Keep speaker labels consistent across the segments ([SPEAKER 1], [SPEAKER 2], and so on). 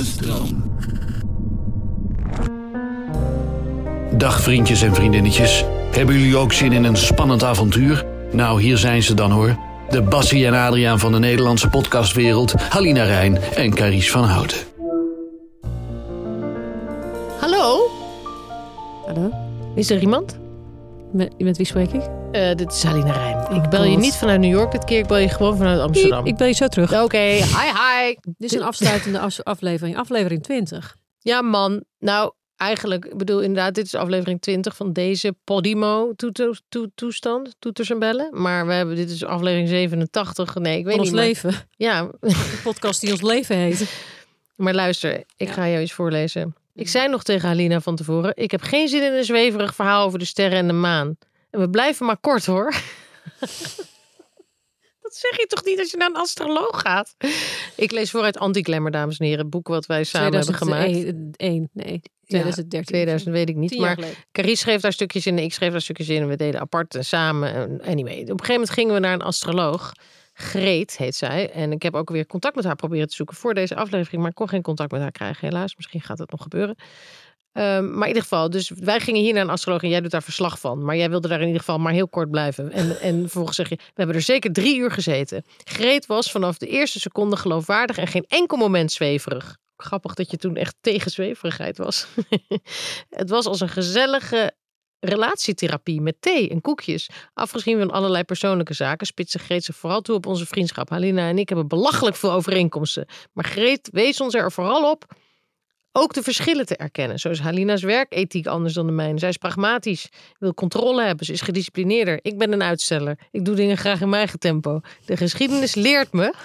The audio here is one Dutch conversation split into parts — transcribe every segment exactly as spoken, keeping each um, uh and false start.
[SPEAKER 1] stroom.
[SPEAKER 2] Dag vriendjes en vriendinnetjes. Hebben jullie ook zin in een spannend avontuur? Nou, hier zijn ze dan hoor. De Bassie en Adriaan van de Nederlandse podcastwereld. Halina Reijn en Carice van Houten.
[SPEAKER 3] Hallo?
[SPEAKER 4] Hallo?
[SPEAKER 3] Is er iemand?
[SPEAKER 4] Met, met wie spreek ik?
[SPEAKER 3] Uh, dit is Halina Reijn.
[SPEAKER 4] Oh,
[SPEAKER 3] ik bel
[SPEAKER 4] God.
[SPEAKER 3] je niet vanuit New York dit keer. Ik bel je gewoon vanuit Amsterdam.
[SPEAKER 4] Ik, ik bel je zo terug.
[SPEAKER 3] Oké, okay. hi hi.
[SPEAKER 4] Dit is een afsluitende af- aflevering. Aflevering twintig.
[SPEAKER 3] Ja man, nou eigenlijk, ik bedoel inderdaad, dit is aflevering twintig van deze Podimo-toestand. Toeters en bellen. Maar we hebben, dit is aflevering zevenentachtig. Nee, ik weet
[SPEAKER 4] Van
[SPEAKER 3] niet.
[SPEAKER 4] ons
[SPEAKER 3] Maar,
[SPEAKER 4] leven.
[SPEAKER 3] ja.
[SPEAKER 4] De podcast die ons leven heet.
[SPEAKER 3] Maar luister, ik
[SPEAKER 4] Ja.
[SPEAKER 3] ga jou iets voorlezen. Ik zei nog tegen Halina van tevoren, ik heb geen zin in een zweverig verhaal over de sterren en de maan. En we blijven maar kort hoor. Dat zeg je toch niet als je naar een astroloog gaat? Ik lees vooruit Anti-Glamour, dames en heren. Het boek wat wij samen hebben gemaakt.
[SPEAKER 4] tweeduizendéén, nee. tweeduizend dertien.
[SPEAKER 3] Ja, tweeduizend weet ik niet.
[SPEAKER 4] Tien jaar
[SPEAKER 3] Maar
[SPEAKER 4] geleden.
[SPEAKER 3] Carice schreef daar stukjes in, ik schreef daar stukjes in. En we deden apart en samen. Anyway, op een gegeven moment gingen we naar een astroloog. Greet heet zij. En ik heb ook weer contact met haar proberen te zoeken voor deze aflevering. Maar ik kon geen contact met haar krijgen, helaas. Misschien gaat het nog gebeuren. Um, maar in ieder geval, dus wij gingen hier naar een astroloog en jij doet daar verslag van. Maar jij wilde daar in ieder geval maar heel kort blijven. En, en vervolgens zeg je, we hebben er zeker drie uur gezeten. Greet was vanaf de eerste seconde geloofwaardig en geen enkel moment zweverig. Grappig dat je toen echt tegen zweverigheid was. Het was als een gezellige relatietherapie met thee en koekjes. Afgezien van allerlei persoonlijke zaken spitste Greet zich vooral toe op onze vriendschap. Halina en ik hebben belachelijk veel overeenkomsten. Maar Greet wees ons er vooral op ook de verschillen te erkennen. Zo is Halina's werkethiek anders dan de mijne. Zij is pragmatisch, wil controle hebben, ze is gedisciplineerder. Ik ben een uitsteller. Ik doe dingen graag in mijn eigen tempo. De geschiedenis leert me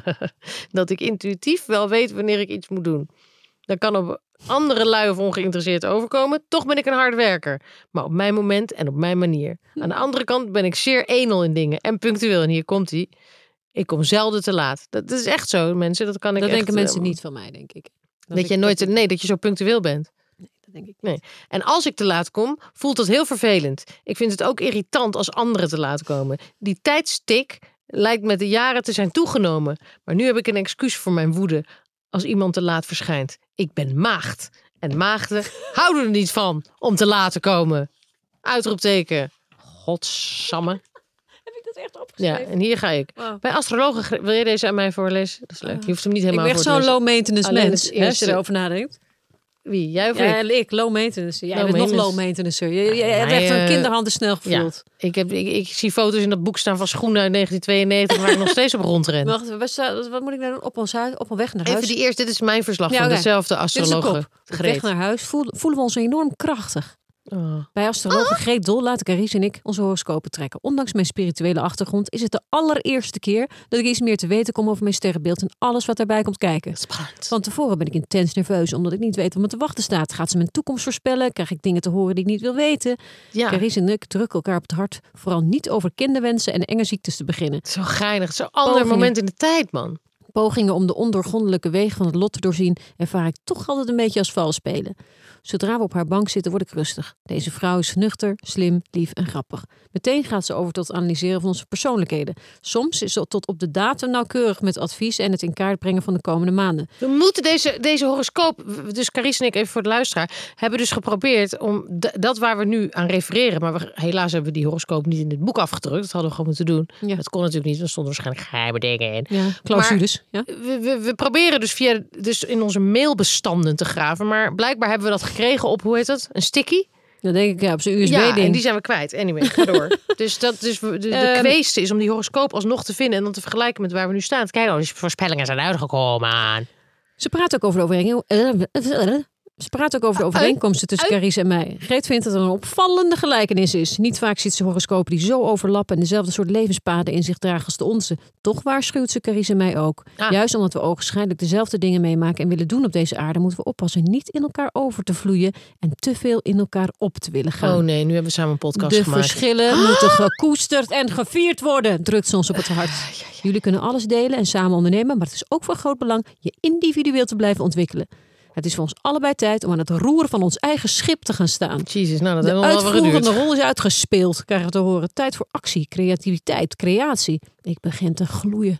[SPEAKER 3] dat ik intuïtief wel weet wanneer ik iets moet doen. Dat kan op andere lui of ongeïnteresseerd overkomen. Toch ben ik een hard werker. Maar op mijn moment en op mijn manier. Aan de andere kant ben ik zeer enel in dingen. En punctueel. En hier komt hij. Ik kom zelden te laat. Dat is echt zo, mensen. Dat kan ik
[SPEAKER 4] Dat
[SPEAKER 3] echt,
[SPEAKER 4] denken mensen
[SPEAKER 3] um,
[SPEAKER 4] niet van mij, denk ik.
[SPEAKER 3] Dat, dat je nooit,
[SPEAKER 4] dat...
[SPEAKER 3] nee, dat je zo punctueel bent.
[SPEAKER 4] Nee, dat denk ik niet.
[SPEAKER 3] Nee. En als ik te laat kom, voelt dat heel vervelend. Ik vind het ook irritant als anderen te laat komen. Die tijdstik lijkt met de jaren te zijn toegenomen. Maar nu heb ik een excuus voor mijn woede als iemand te laat verschijnt. Ik ben maagd. En maagden houden er niet van om te laat te komen. Uitroepteken. Godsamme.
[SPEAKER 4] Heb ik dat echt opgeschreven?
[SPEAKER 3] Ja, en hier ga ik.
[SPEAKER 4] Wow.
[SPEAKER 3] Bij astrologen, wil je deze aan mij voorlezen? Dat is leuk. Je hoeft hem niet
[SPEAKER 4] Ik
[SPEAKER 3] helemaal
[SPEAKER 4] ben echt
[SPEAKER 3] voor te
[SPEAKER 4] zo'n
[SPEAKER 3] lezen.
[SPEAKER 4] low maintenance
[SPEAKER 3] Alleen
[SPEAKER 4] mens.
[SPEAKER 3] het
[SPEAKER 4] Hè, als
[SPEAKER 3] eerste-
[SPEAKER 4] je erover nadenkt.
[SPEAKER 3] Wie? Jij of
[SPEAKER 4] Ja,
[SPEAKER 3] ik?
[SPEAKER 4] ik, low maintenance. Jij
[SPEAKER 3] Low
[SPEAKER 4] bent nog
[SPEAKER 3] maintenance.
[SPEAKER 4] low maintenance. Je, je, je hebt
[SPEAKER 3] mij,
[SPEAKER 4] echt een
[SPEAKER 3] eh,
[SPEAKER 4] kinderhanden snel
[SPEAKER 3] Ja,
[SPEAKER 4] gevoeld.
[SPEAKER 3] ik, heb, ik, ik zie foto's in dat boek staan van schoenen uit negentien tweeënnegentig waar ik nog steeds op rondren.
[SPEAKER 4] Wacht, wat, sta- wat moet ik nou doen? Op ons huis, op een weg naar huis?
[SPEAKER 3] Even die eerste, dit is mijn verslag
[SPEAKER 4] Ja,
[SPEAKER 3] van
[SPEAKER 4] oké.
[SPEAKER 3] dezelfde
[SPEAKER 4] Dit is de
[SPEAKER 3] astrologe.
[SPEAKER 4] kop. Op
[SPEAKER 3] Greet.
[SPEAKER 4] weg naar huis voel- voelen we ons enorm krachtig.
[SPEAKER 3] Oh.
[SPEAKER 4] Bij astrologe Greet Dol laten Carice en ik onze horoscopen trekken. Ondanks mijn spirituele achtergrond is het de allereerste keer dat ik iets meer te weten kom over mijn sterrenbeeld en alles wat daarbij komt kijken.
[SPEAKER 3] Spannend.
[SPEAKER 4] Van tevoren ben ik intens nerveus omdat ik niet weet wat me te wachten staat. Gaat ze mijn toekomst voorspellen? Krijg ik dingen te horen die ik niet wil weten?
[SPEAKER 3] Ja,
[SPEAKER 4] Carice en ik drukken elkaar op het hart vooral niet over kinderwensen en enge ziektes te beginnen.
[SPEAKER 3] zo geinig. Zo'n ander
[SPEAKER 4] Pogingen.
[SPEAKER 3] moment in de tijd, man.
[SPEAKER 4] Pogingen om de ondoorgrondelijke wegen van het lot te doorzien ervaar ik toch altijd een beetje als vals spelen. Zodra we op haar bank zitten, word ik rustig. Deze vrouw is nuchter, slim, lief en grappig. Meteen gaat ze over tot het analyseren van onze persoonlijkheden. Soms is ze tot op de datum nauwkeurig met advies en het in kaart brengen van de komende maanden.
[SPEAKER 3] We moeten deze, deze horoscoop, dus Carice en ik, even voor de luisteraar, hebben dus geprobeerd om d- dat waar we nu aan refereren, maar we, helaas hebben we die horoscoop niet in dit boek afgedrukt. Dat hadden we gewoon moeten doen.
[SPEAKER 4] Ja.
[SPEAKER 3] Dat kon natuurlijk niet, er stonden waarschijnlijk geheime dingen in.
[SPEAKER 4] Ja, clausules. Ja?
[SPEAKER 3] We, we, we proberen dus via dus in onze mailbestanden te graven, maar blijkbaar hebben we dat gekregen op, hoe heet dat? Een sticky?
[SPEAKER 4] Dan denk ik ja, op zijn U S
[SPEAKER 3] Ja, en
[SPEAKER 4] B-ding.
[SPEAKER 3] die zijn we kwijt. Anyway, ga door. dus dat, dus de, de
[SPEAKER 4] Ehm.
[SPEAKER 3] kweeste is om die horoscoop alsnog te vinden en dan te vergelijken met waar we nu staan. Kijk, oh, die voorspellingen zijn uitgekomen.
[SPEAKER 4] Ze praat ook over de overeenkomsten. Ze praat ook over de overeenkomsten tussen Carice en mij. Greet vindt dat er een opvallende gelijkenis is. Niet vaak ziet ze horoscopen die zo overlappen en dezelfde soort levenspaden in zich dragen als de onze. Toch waarschuwt ze Carice en mij ook.
[SPEAKER 3] Ah.
[SPEAKER 4] Juist omdat we ogenschijnlijk dezelfde dingen meemaken en willen doen op deze aarde, moeten we oppassen niet in elkaar over te vloeien en te veel in elkaar op te willen gaan.
[SPEAKER 3] Oh nee, nu hebben we samen een podcast
[SPEAKER 4] De
[SPEAKER 3] gemaakt.
[SPEAKER 4] verschillen moeten gekoesterd en gevierd worden, drukt ze ons op het hart. Jullie kunnen alles delen en samen ondernemen, maar het is ook van groot belang je individueel te blijven ontwikkelen. Het is voor ons allebei tijd om aan het roer van ons eigen schip te gaan staan.
[SPEAKER 3] Jezus, nou dat
[SPEAKER 4] De
[SPEAKER 3] hebben we wel even
[SPEAKER 4] uitvoerende
[SPEAKER 3] geduurd.
[SPEAKER 4] rol is uitgespeeld, krijgen we te horen. Tijd voor actie, creativiteit, creatie. Ik begin te gloeien.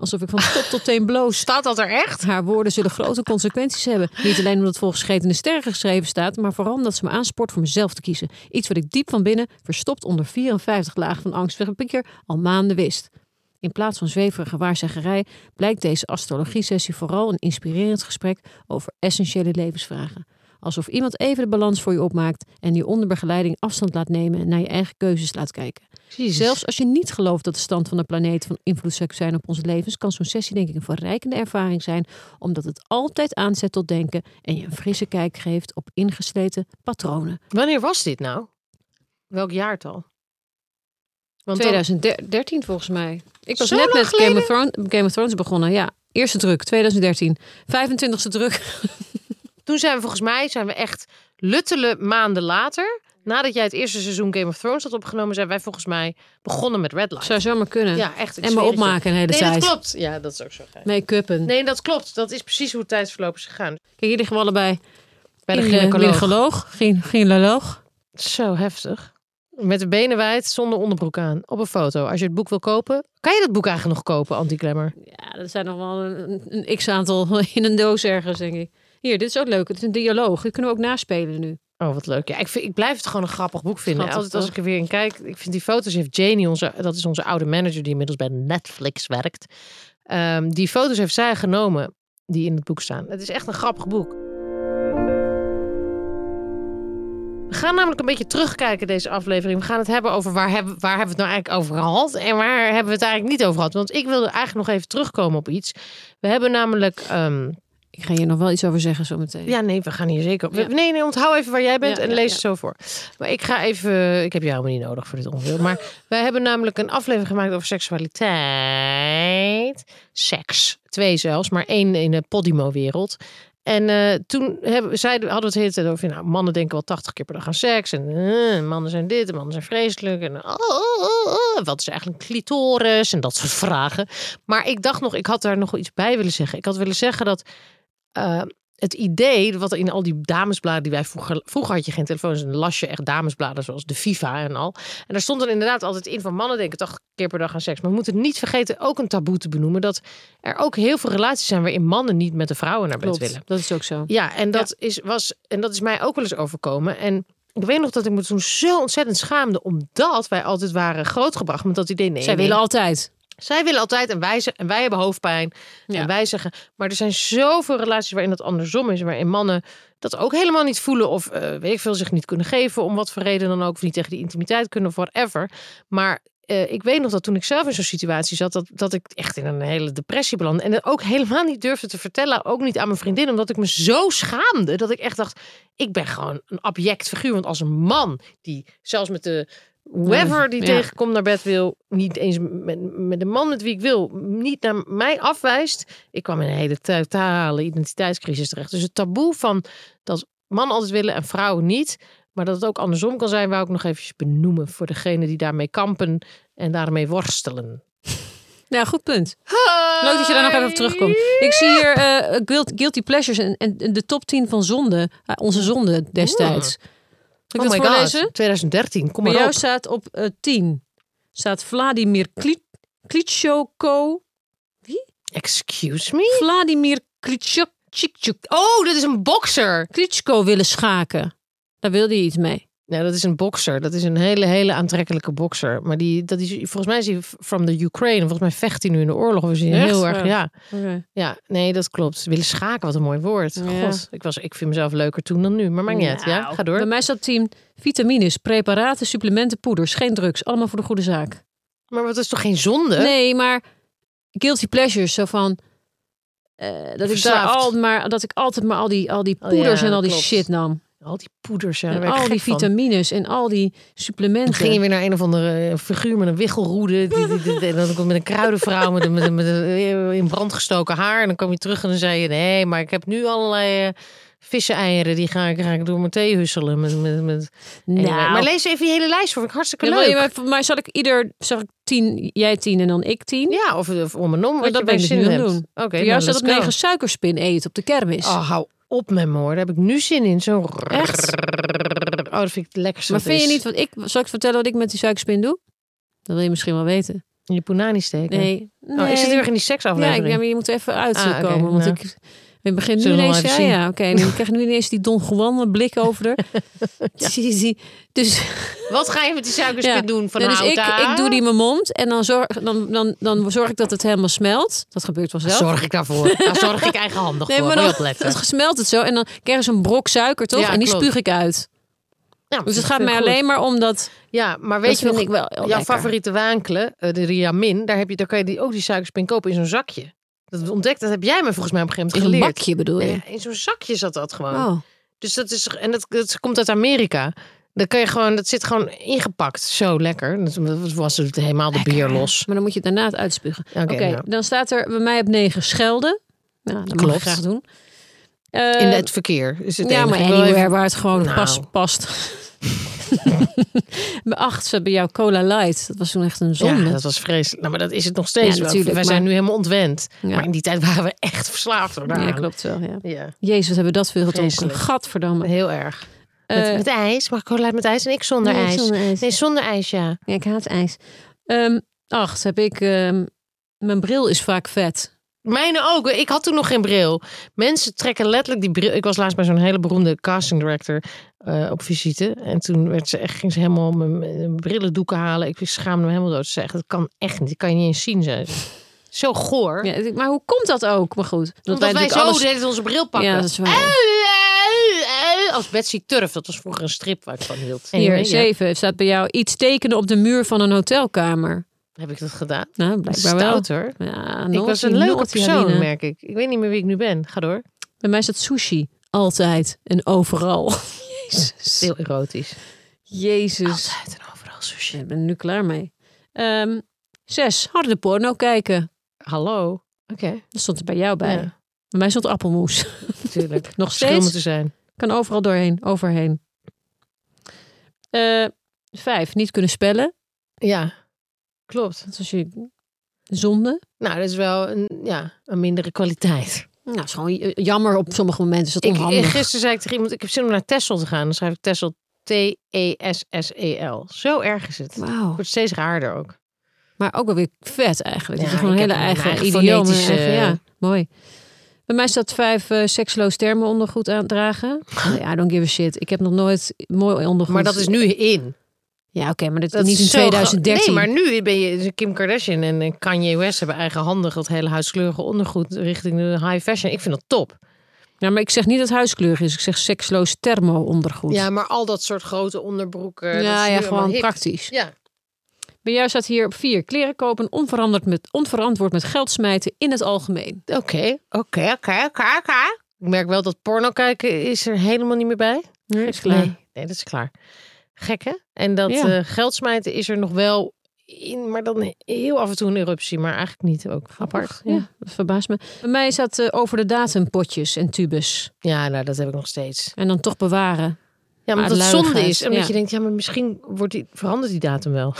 [SPEAKER 4] Alsof ik van top tot teen bloos.
[SPEAKER 3] Staat dat er echt?
[SPEAKER 4] Haar woorden zullen grote consequenties hebben. Niet alleen omdat het volgens Getende Sterren geschreven staat, maar vooral omdat ze me aanspoort voor mezelf te kiezen. Iets wat ik diep van binnen, verstopt onder vierenvijftig lagen van angstweerpikker, al maanden wist. In plaats van zweverige waarzeggerij blijkt deze astrologie-sessie vooral een inspirerend gesprek over essentiële levensvragen. Alsof iemand even de balans voor je opmaakt en je onder begeleiding afstand laat nemen en naar je eigen keuzes laat kijken.
[SPEAKER 3] Jezus.
[SPEAKER 4] Zelfs als je niet gelooft dat de stand van de planeet van invloed zou zijn op onze levens, kan zo'n sessie denk ik een verrijkende ervaring zijn, omdat het altijd aanzet tot denken en je een frisse kijk geeft op ingesleten patronen.
[SPEAKER 3] Wanneer was dit nou? Welk jaartal? Want
[SPEAKER 4] twintig dertien volgens mij. Ik was
[SPEAKER 3] Zo
[SPEAKER 4] net
[SPEAKER 3] lang
[SPEAKER 4] met
[SPEAKER 3] geleden?
[SPEAKER 4] Game of, Thrones, Game of Thrones begonnen. Ja, eerste druk, twintig dertien. vijfentwintigste druk.
[SPEAKER 3] Toen zijn we volgens mij zijn we echt luttele maanden later, nadat jij het eerste seizoen Game of Thrones had opgenomen, zijn wij volgens mij begonnen met Red Light.
[SPEAKER 4] Zou zomaar kunnen.
[SPEAKER 3] Ja, echt. ik
[SPEAKER 4] En me
[SPEAKER 3] zweer het je.
[SPEAKER 4] opmaken een hele
[SPEAKER 3] Nee,
[SPEAKER 4] tijd.
[SPEAKER 3] dat klopt. Ja, dat is ook zo gek.
[SPEAKER 4] Make-uppen.
[SPEAKER 3] Nee, dat klopt. Dat is precies hoe het tijdsverloop is gegaan.
[SPEAKER 4] Kijk, hier liggen we allebei
[SPEAKER 3] Bij de
[SPEAKER 4] in
[SPEAKER 3] gynaecoloog.
[SPEAKER 4] gynaecoloog. Gyn- Gynaecoloog.
[SPEAKER 3] Zo heftig. Met de benen wijd, zonder onderbroek aan. Op een foto. Als je het boek wil kopen. Kan je dat boek eigenlijk nog kopen, Anti-Glamour?
[SPEAKER 4] Ja, dat zijn nog wel een, een x-aantal in een doos ergens, denk ik. Hier, dit is ook leuk. Het is een dialoog. Dit kunnen we ook naspelen nu.
[SPEAKER 3] Oh, wat leuk. Ja, ik, vind, ik blijf het gewoon een grappig boek vinden.
[SPEAKER 4] Schattig,
[SPEAKER 3] Altijd als
[SPEAKER 4] toch?
[SPEAKER 3] ik er weer in kijk. Ik vind die foto's heeft Janie, onze, dat is onze oude manager die inmiddels bij Netflix werkt. Ehm, die foto's heeft zij genomen die in het boek staan. Het is echt een grappig boek. We gaan namelijk een beetje terugkijken deze aflevering. We gaan het hebben over waar hebben, waar hebben we het nou eigenlijk over gehad. En waar hebben we het eigenlijk niet over gehad. Want ik wilde eigenlijk nog even terugkomen op iets. We hebben namelijk... ehm,
[SPEAKER 4] Ik ga hier nog wel iets over zeggen zometeen.
[SPEAKER 3] Ja, nee, we gaan hier zeker op.
[SPEAKER 4] Ja.
[SPEAKER 3] Nee, nee, onthoud even waar jij bent
[SPEAKER 4] Ja,
[SPEAKER 3] en
[SPEAKER 4] ja,
[SPEAKER 3] lees
[SPEAKER 4] ja.
[SPEAKER 3] het zo voor. Maar ik ga even... Ik heb jou helemaal niet nodig voor dit onderwerp. Maar wij hebben namelijk een aflevering gemaakt over seksualiteit. Seks. Twee zelfs, maar één in de Podimo-wereld. En uh, toen hebben, zeiden, hadden we het de hele tijd over... Nou, mannen denken wel tachtig keer per dag aan seks. En uh, mannen zijn dit en mannen zijn vreselijk. En oh, oh, oh, oh, wat is eigenlijk een clitoris? En dat soort vragen. Maar ik dacht nog, ik had daar nog iets bij willen zeggen. Ik had willen zeggen dat... Uh, het idee, wat er in al die damesbladen die wij vroeger... Vroeger had je geen telefoons en dan las je echt damesbladen zoals de FIFA en al. En daar stond er inderdaad altijd in van mannen denken tachtig keer per dag aan seks. Maar we moeten niet vergeten ook een taboe te benoemen. Dat er ook heel veel relaties zijn waarin mannen niet met de vrouwen naar bed
[SPEAKER 4] Klopt,
[SPEAKER 3] willen.
[SPEAKER 4] dat is ook zo.
[SPEAKER 3] Ja, en dat, Is, was, en dat is mij ook wel eens overkomen. En ik weet nog dat ik me toen zo ontzettend schaamde. Omdat wij altijd waren grootgebracht met dat idee. Nee,
[SPEAKER 4] Zij
[SPEAKER 3] nee.
[SPEAKER 4] willen altijd.
[SPEAKER 3] Zij willen altijd en wij, ze- en wij hebben hoofdpijn.
[SPEAKER 4] Ja.
[SPEAKER 3] En wij zeggen, maar er zijn zoveel relaties waarin dat andersom is. Waarin mannen dat ook helemaal niet voelen of uh, weet ik veel, zich niet kunnen geven. Om wat voor reden dan ook. Of niet tegen die intimiteit kunnen of whatever. Maar uh, ik weet nog dat toen ik zelf in zo'n situatie zat. Dat, dat ik echt in een hele depressie belandde. En dat ook helemaal niet durfde te vertellen. Ook niet aan mijn vriendin. Omdat ik me zo schaamde. Dat ik echt dacht, ik ben gewoon een abject figuur. Want als een man die zelfs met de... whoever die
[SPEAKER 4] Ja.
[SPEAKER 3] tegenkomt naar bed wil, niet eens met, met de man met wie ik wil, niet naar mij afwijst. Ik kwam in een hele totale identiteitscrisis terecht. Dus het taboe van dat mannen altijd willen en vrouwen niet, maar dat het ook andersom kan zijn, wou ik nog even benoemen voor degenen die daarmee kampen en daarmee worstelen.
[SPEAKER 4] Ja, goed punt. Leuk dat je daar nog even op terugkomt. Ik zie hier uh, guilt- Guilty Pleasures en, en de top tien van zonde. Uh, onze zonde destijds. Zal ik
[SPEAKER 3] Oh
[SPEAKER 4] dat
[SPEAKER 3] my god,
[SPEAKER 4] voorlezen?
[SPEAKER 3] twintig dertien, kom
[SPEAKER 4] Bij
[SPEAKER 3] maar
[SPEAKER 4] jou
[SPEAKER 3] op.
[SPEAKER 4] staat op uh, tien. Staat Vladimir Kli- Klitschko.
[SPEAKER 3] Excuse me?
[SPEAKER 4] Vladimir Klitschko.
[SPEAKER 3] Oh, dat is een bokser.
[SPEAKER 4] Klitschko willen schaken. Daar wilde hij iets mee.
[SPEAKER 3] Ja, dat is een bokser. Dat is een hele, hele aantrekkelijke bokser. Maar die, dat is, volgens mij is hij from the Ukraine. Volgens mij vecht hij nu in de oorlog. We zien
[SPEAKER 4] Echt?
[SPEAKER 3] heel erg,
[SPEAKER 4] Ja.
[SPEAKER 3] ja.
[SPEAKER 4] Okay.
[SPEAKER 3] Ja, nee, dat klopt. Willen schaken, wat een mooi woord.
[SPEAKER 4] Ja.
[SPEAKER 3] God, ik, was, ik vind mezelf leuker toen dan nu. Maar maakt niet uit. Ja,
[SPEAKER 4] Nou,
[SPEAKER 3] ga door.
[SPEAKER 4] Bij mij staat tien vitamines, preparaten, supplementen, poeders. Geen drugs. Allemaal voor de goede zaak.
[SPEAKER 3] Maar wat is toch geen zonde?
[SPEAKER 4] Nee, maar guilty pleasures. Zo van... Uh, dat, ik daar
[SPEAKER 3] Verslaafd.
[SPEAKER 4] al, maar, dat ik altijd maar al die, al die
[SPEAKER 3] Oh,
[SPEAKER 4] poeders
[SPEAKER 3] ja,
[SPEAKER 4] en al die
[SPEAKER 3] klopt.
[SPEAKER 4] shit nam.
[SPEAKER 3] Al die poeders, ja, daar
[SPEAKER 4] En
[SPEAKER 3] werd ik
[SPEAKER 4] al die
[SPEAKER 3] gek van.
[SPEAKER 4] vitamines en al die supplementen.
[SPEAKER 3] Dan ging je weer naar een of andere eh, figuur met een wichelroede. Die, die, die, die- en dan kom je met een kruidenvrouw met, een- met, een- met een eh, in brand gestoken haar. En dan kwam je terug en dan zei je... Nee, maar ik heb nu allerlei uh, visseneieren. Die ga ik, ga ik door mijn thee husselen. Met, met, met...
[SPEAKER 4] Nou,
[SPEAKER 3] Anyway, maar lees even je hele lijst voor. Vind ik hartstikke
[SPEAKER 4] ja,
[SPEAKER 3] leuk.
[SPEAKER 4] maar, maar, maar zal ik ieder... Zal ik tien, jij tien en dan ik tien?
[SPEAKER 3] Ja, of, of om en om.
[SPEAKER 4] Maar
[SPEAKER 3] Wat
[SPEAKER 4] dat
[SPEAKER 3] je
[SPEAKER 4] ben ik
[SPEAKER 3] bij
[SPEAKER 4] dus nu
[SPEAKER 3] zin
[SPEAKER 4] aan het
[SPEAKER 3] hebt.
[SPEAKER 4] doen.
[SPEAKER 3] Oké,
[SPEAKER 4] Voor
[SPEAKER 3] nou,
[SPEAKER 4] jou staat
[SPEAKER 3] let's
[SPEAKER 4] op
[SPEAKER 3] go.
[SPEAKER 4] negen suikerspin eten op de kermis.
[SPEAKER 3] Oh, hou op met me hoor. Daar heb ik nu zin in. Zo.
[SPEAKER 4] Echt?
[SPEAKER 3] Oh, dat vind ik het lekkerste.
[SPEAKER 4] maar
[SPEAKER 3] wat
[SPEAKER 4] vind je
[SPEAKER 3] is.
[SPEAKER 4] niet... Wat ik, zal ik vertellen wat ik met die suikerspin doe? Dat wil je misschien wel weten.
[SPEAKER 3] In je punani steken?
[SPEAKER 4] Nee.
[SPEAKER 3] Oh, ik zit heel erg in die seksaflevering.
[SPEAKER 4] Ja, ja, maar je moet er even uitkomen.
[SPEAKER 3] Ah, okay,
[SPEAKER 4] want
[SPEAKER 3] nou.
[SPEAKER 4] ik... We beginnen
[SPEAKER 3] Zullen
[SPEAKER 4] nu
[SPEAKER 3] we nog
[SPEAKER 4] ineens...
[SPEAKER 3] even
[SPEAKER 4] Ja,
[SPEAKER 3] zien?
[SPEAKER 4] ja oké. Okay. Dan krijg je nu ineens die Don Juan blik over er. ja. Dus...
[SPEAKER 3] Wat ga je met die suikerspit
[SPEAKER 4] Ja.
[SPEAKER 3] doen? Van
[SPEAKER 4] Nee, dus ik,
[SPEAKER 3] hout
[SPEAKER 4] ik doe die in mijn mond en dan zorg, dan, dan, dan zorg ik dat het helemaal smelt. Dat gebeurt wel zelf.
[SPEAKER 3] Zorg ik daarvoor? Daar zorg ik eigenhandig
[SPEAKER 4] Nee,
[SPEAKER 3] voor.
[SPEAKER 4] maar
[SPEAKER 3] Moet je
[SPEAKER 4] dan,
[SPEAKER 3] opletten.
[SPEAKER 4] dan smelt het zo en dan krijg je zo'n brok suiker, toch?
[SPEAKER 3] Ja,
[SPEAKER 4] en die
[SPEAKER 3] klopt.
[SPEAKER 4] spuug ik uit.
[SPEAKER 3] Ja,
[SPEAKER 4] Dus het
[SPEAKER 3] dat
[SPEAKER 4] gaat
[SPEAKER 3] vind
[SPEAKER 4] mij
[SPEAKER 3] ik goed.
[SPEAKER 4] alleen maar om dat...
[SPEAKER 3] Ja, maar weet
[SPEAKER 4] Dat
[SPEAKER 3] je
[SPEAKER 4] vind
[SPEAKER 3] nog,
[SPEAKER 4] ik wel heel
[SPEAKER 3] jouw
[SPEAKER 4] lekker.
[SPEAKER 3] favoriete waankle, uh, de Riamin, daar, heb je, daar kan je die, ook die suikerspin kopen in zo'n zakje. Dat ontdekt, dat heb jij me volgens mij op een gegeven
[SPEAKER 4] In
[SPEAKER 3] moment
[SPEAKER 4] een
[SPEAKER 3] geleerd.
[SPEAKER 4] bakje bedoel je?
[SPEAKER 3] Ja, in zo'n zakje zat dat gewoon.
[SPEAKER 4] Oh.
[SPEAKER 3] Dus dat is, en dat, dat komt uit Amerika. Dan kan je gewoon, dat zit gewoon ingepakt. Zo lekker. Dat was het helemaal de
[SPEAKER 4] Lekker,
[SPEAKER 3] bier
[SPEAKER 4] hè?
[SPEAKER 3] los.
[SPEAKER 4] Maar dan moet je het daarna het uitspugen. Oké,
[SPEAKER 3] Oké, nou.
[SPEAKER 4] dan staat er bij mij op negen schelden. Nou, dat mag
[SPEAKER 3] Klopt.
[SPEAKER 4] ik graag doen. Uh,
[SPEAKER 3] In het verkeer is het
[SPEAKER 4] ja,
[SPEAKER 3] enige.
[SPEAKER 4] maar
[SPEAKER 3] Ik wil
[SPEAKER 4] anywhere
[SPEAKER 3] even-
[SPEAKER 4] waar het gewoon
[SPEAKER 3] Nou.
[SPEAKER 4] pas, past. Bij acht ze bij jou Cola Light. Dat was toen echt een zonde.
[SPEAKER 3] Ja, dat was vreselijk. Nou, maar dat is het nog steeds
[SPEAKER 4] Ja,
[SPEAKER 3] wel.
[SPEAKER 4] natuurlijk,
[SPEAKER 3] Wij
[SPEAKER 4] maar-
[SPEAKER 3] zijn nu helemaal ontwend.
[SPEAKER 4] Ja.
[SPEAKER 3] Maar in die tijd waren we echt verslaafd. Hoor,
[SPEAKER 4] Ja,
[SPEAKER 3] daaraan.
[SPEAKER 4] klopt wel. Ja.
[SPEAKER 3] Ja,
[SPEAKER 4] Jezus, wat hebben we dat veel gedronken.
[SPEAKER 3] Vreselijk.
[SPEAKER 4] Gadverdamme.
[SPEAKER 3] heel erg. Met,
[SPEAKER 4] Eh,
[SPEAKER 3] met ijs. Mag ik Cola met ijs en ik zonder
[SPEAKER 4] nee,
[SPEAKER 3] ijs?
[SPEAKER 4] zonder ijs.
[SPEAKER 3] Nee, zonder ijs, ja.
[SPEAKER 4] Ja, ik haat ijs. Ehm, acht heb ik... ehm, mijn bril is vaak vet.
[SPEAKER 3] Mijne ook. Ik had toen nog geen bril. Mensen trekken letterlijk die bril. Ik was laatst bij zo'n hele beroemde casting director uh, op visite. En toen werd ze echt, ging ze helemaal mijn, mijn brillendoeken halen. Ik schaamde me helemaal dood. Ze zei, dat kan echt niet. Dat kan je niet eens zien, zei ze. Zo goor.
[SPEAKER 4] Ja, ik- maar hoe komt dat ook? Maar goed.
[SPEAKER 3] Omdat wij,
[SPEAKER 4] natuurlijk
[SPEAKER 3] zo
[SPEAKER 4] alles-
[SPEAKER 3] de hele tijd onze bril pakken.
[SPEAKER 4] Ja, dat is waar.
[SPEAKER 3] Als Betsy Turf. Dat was vroeger een strip waar ik van hield.
[SPEAKER 4] Hier,
[SPEAKER 3] Anyway, ja.
[SPEAKER 4] zeven. Staat bij jou iets tekenen op de muur van een hotelkamer.
[SPEAKER 3] Heb ik dat gedaan?
[SPEAKER 4] Nou, blijkbaar
[SPEAKER 3] Stout
[SPEAKER 4] wel.
[SPEAKER 3] hoor.
[SPEAKER 4] Ja,
[SPEAKER 3] Ik was
[SPEAKER 4] naughty,
[SPEAKER 3] een leuke
[SPEAKER 4] naughty,
[SPEAKER 3] persoon,
[SPEAKER 4] Aline.
[SPEAKER 3] merk ik. Ik weet niet meer wie ik nu ben. Ga door.
[SPEAKER 4] Bij mij staat sushi. Altijd en overal. Jezus.
[SPEAKER 3] Heel erotisch.
[SPEAKER 4] Jezus.
[SPEAKER 3] Altijd en overal sushi.
[SPEAKER 4] Ik ben er nu klaar mee. Ehm, zes. Harde porno kijken.
[SPEAKER 3] Hallo. Oké.
[SPEAKER 4] Dat stond er bij jou bij.
[SPEAKER 3] Ja,
[SPEAKER 4] Bij mij stond appelmoes.
[SPEAKER 3] natuurlijk.
[SPEAKER 4] Nog
[SPEAKER 3] Verschil
[SPEAKER 4] steeds?
[SPEAKER 3] moeten zijn.
[SPEAKER 4] Kan overal doorheen. Overheen. Eh, vijf. Niet kunnen spellen.
[SPEAKER 3] Ja, klopt.
[SPEAKER 4] Dat is je zonde.
[SPEAKER 3] Nou, dat is wel een, ja, een mindere kwaliteit.
[SPEAKER 4] Nou, dat is gewoon j- jammer op sommige momenten. Is dat
[SPEAKER 3] Ik,
[SPEAKER 4] onhandig.
[SPEAKER 3] gisteren zei ik tegen iemand, ik heb zin om naar Texel te gaan. Dan schrijf ik Texel T E S S E L. Zo erg is het. Het
[SPEAKER 4] Wauw.
[SPEAKER 3] wordt steeds raarder ook.
[SPEAKER 4] Maar ook wel weer vet eigenlijk.
[SPEAKER 3] Ja,
[SPEAKER 4] dat je gewoon
[SPEAKER 3] ik
[SPEAKER 4] een hele
[SPEAKER 3] heb mijn
[SPEAKER 4] eigen
[SPEAKER 3] eigen
[SPEAKER 4] idioom.
[SPEAKER 3] fonetische-
[SPEAKER 4] eigen- Ja, mooi. Bij mij staat vijf uh, seksloos thermo ondergoed aandragen. Ja, I don't give a shit. Ik heb nog nooit mooi ondergoed.
[SPEAKER 3] Maar dat is nu in.
[SPEAKER 4] Ja, oké, maar dat,
[SPEAKER 3] Dat
[SPEAKER 4] niet
[SPEAKER 3] is
[SPEAKER 4] in
[SPEAKER 3] zo
[SPEAKER 4] twintig dertien.
[SPEAKER 3] gro- Nee, maar nu ben je Kim Kardashian en Kanye West hebben eigenhandig dat hele huidskleurige ondergoed richting de high fashion. Ik vind dat top.
[SPEAKER 4] Ja, maar ik zeg niet dat het huiskleurig is. Ik zeg seksloos thermo ondergoed.
[SPEAKER 3] Ja, maar al dat soort grote onderbroeken. dat
[SPEAKER 4] ja,
[SPEAKER 3] is
[SPEAKER 4] ja
[SPEAKER 3] nu
[SPEAKER 4] gewoon
[SPEAKER 3] allemaal hip.
[SPEAKER 4] praktisch.
[SPEAKER 3] Ja.
[SPEAKER 4] Bij jou staat hier op vier. Kleren kopen onveranderd met, onverantwoord met geld smijten in het algemeen.
[SPEAKER 3] Oké, oké, oké, oké, oké. Ik merk wel dat porno kijken is er helemaal niet meer bij.
[SPEAKER 4] Nee, is klaar.
[SPEAKER 3] Nee, nee, dat is klaar. Gek hè? En dat
[SPEAKER 4] Ja.
[SPEAKER 3] eh, geld smijten is er nog wel in, maar dan heel af en toe een eruptie, maar eigenlijk niet ook. Apart.
[SPEAKER 4] Ja, dat verbaast me. Bij mij staat uh, over de datumpotjes en tubes.
[SPEAKER 3] Ja, nou dat heb ik nog steeds.
[SPEAKER 4] En dan toch bewaren.
[SPEAKER 3] Ja, maar
[SPEAKER 4] Uit
[SPEAKER 3] dat het zonde
[SPEAKER 4] luiigheid,
[SPEAKER 3] is. Omdat
[SPEAKER 4] ja.
[SPEAKER 3] je denkt, ja, maar misschien wordt die, verandert die datum wel.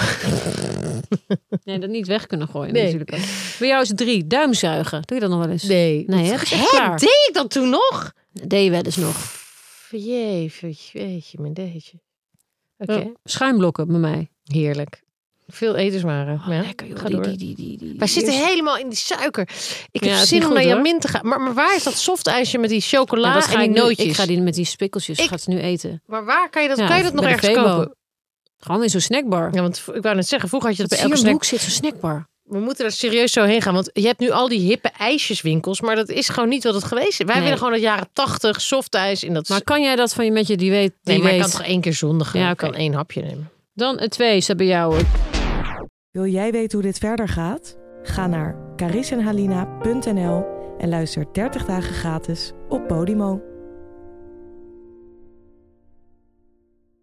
[SPEAKER 4] Nee, dat niet weg kunnen gooien
[SPEAKER 3] Nee.
[SPEAKER 4] natuurlijk ook. Bij jou is het drie. Duimzuigen. Doe je dat nog wel eens?
[SPEAKER 3] Nee.
[SPEAKER 4] Nee, hè? Dat is echt
[SPEAKER 3] Hè,
[SPEAKER 4] klaar.
[SPEAKER 3] deed ik dat toen nog?
[SPEAKER 4] Dat deed je wel eens nog.
[SPEAKER 3] Jeetje, jeetje, mijn deetje. Oké,
[SPEAKER 4] Oh, schuimblokken bij mij.
[SPEAKER 3] heerlijk. Veel etenswaren.
[SPEAKER 4] Oh,
[SPEAKER 3] ja,
[SPEAKER 4] lekker joh.
[SPEAKER 3] ga
[SPEAKER 4] Die,
[SPEAKER 3] door.
[SPEAKER 4] die, die, die, die,
[SPEAKER 3] Wij zitten
[SPEAKER 4] eerste-
[SPEAKER 3] helemaal in die suiker. Ik
[SPEAKER 4] Ja,
[SPEAKER 3] heb
[SPEAKER 4] is
[SPEAKER 3] zin
[SPEAKER 4] niet
[SPEAKER 3] om
[SPEAKER 4] goed,
[SPEAKER 3] naar
[SPEAKER 4] hoor.
[SPEAKER 3] Jamin te gaan. Maar, maar waar is dat softijsje met die chocola
[SPEAKER 4] Ja, dat
[SPEAKER 3] en
[SPEAKER 4] ga
[SPEAKER 3] die
[SPEAKER 4] ik nu-
[SPEAKER 3] nootjes?
[SPEAKER 4] Ik ga die met die spikkeltjes.
[SPEAKER 3] Ik-
[SPEAKER 4] Ik ga het nu eten.
[SPEAKER 3] Maar waar kan je dat,
[SPEAKER 4] Ja,
[SPEAKER 3] kan je dat nog
[SPEAKER 4] bij de
[SPEAKER 3] ergens
[SPEAKER 4] Febo.
[SPEAKER 3] kopen?
[SPEAKER 4] Gewoon in zo'n snackbar.
[SPEAKER 3] Ja, want v- ik wou net zeggen, vroeger had je dat
[SPEAKER 4] Dat
[SPEAKER 3] bij
[SPEAKER 4] hier
[SPEAKER 3] elke
[SPEAKER 4] om de
[SPEAKER 3] snack.
[SPEAKER 4] hoek zit zo'n snackbar.
[SPEAKER 3] We moeten er serieus zo heen gaan. Want je hebt nu al die hippe ijsjeswinkels. Maar dat is gewoon niet wat het geweest is. Wij
[SPEAKER 4] Nee.
[SPEAKER 3] willen gewoon het jaren tachtig softijs. In dat...
[SPEAKER 4] Maar kan jij dat van je met je die weet? Die
[SPEAKER 3] nee, maar
[SPEAKER 4] weet.
[SPEAKER 3] ik kan toch één keer zondigen.
[SPEAKER 4] Ja,
[SPEAKER 3] Ik
[SPEAKER 4] oké.
[SPEAKER 3] kan één hapje nemen.
[SPEAKER 4] Dan het twee staat bij jou.
[SPEAKER 1] Wil jij weten hoe dit verder gaat? Ga naar caris en halina punt n l en luister dertig dagen gratis op Podimo.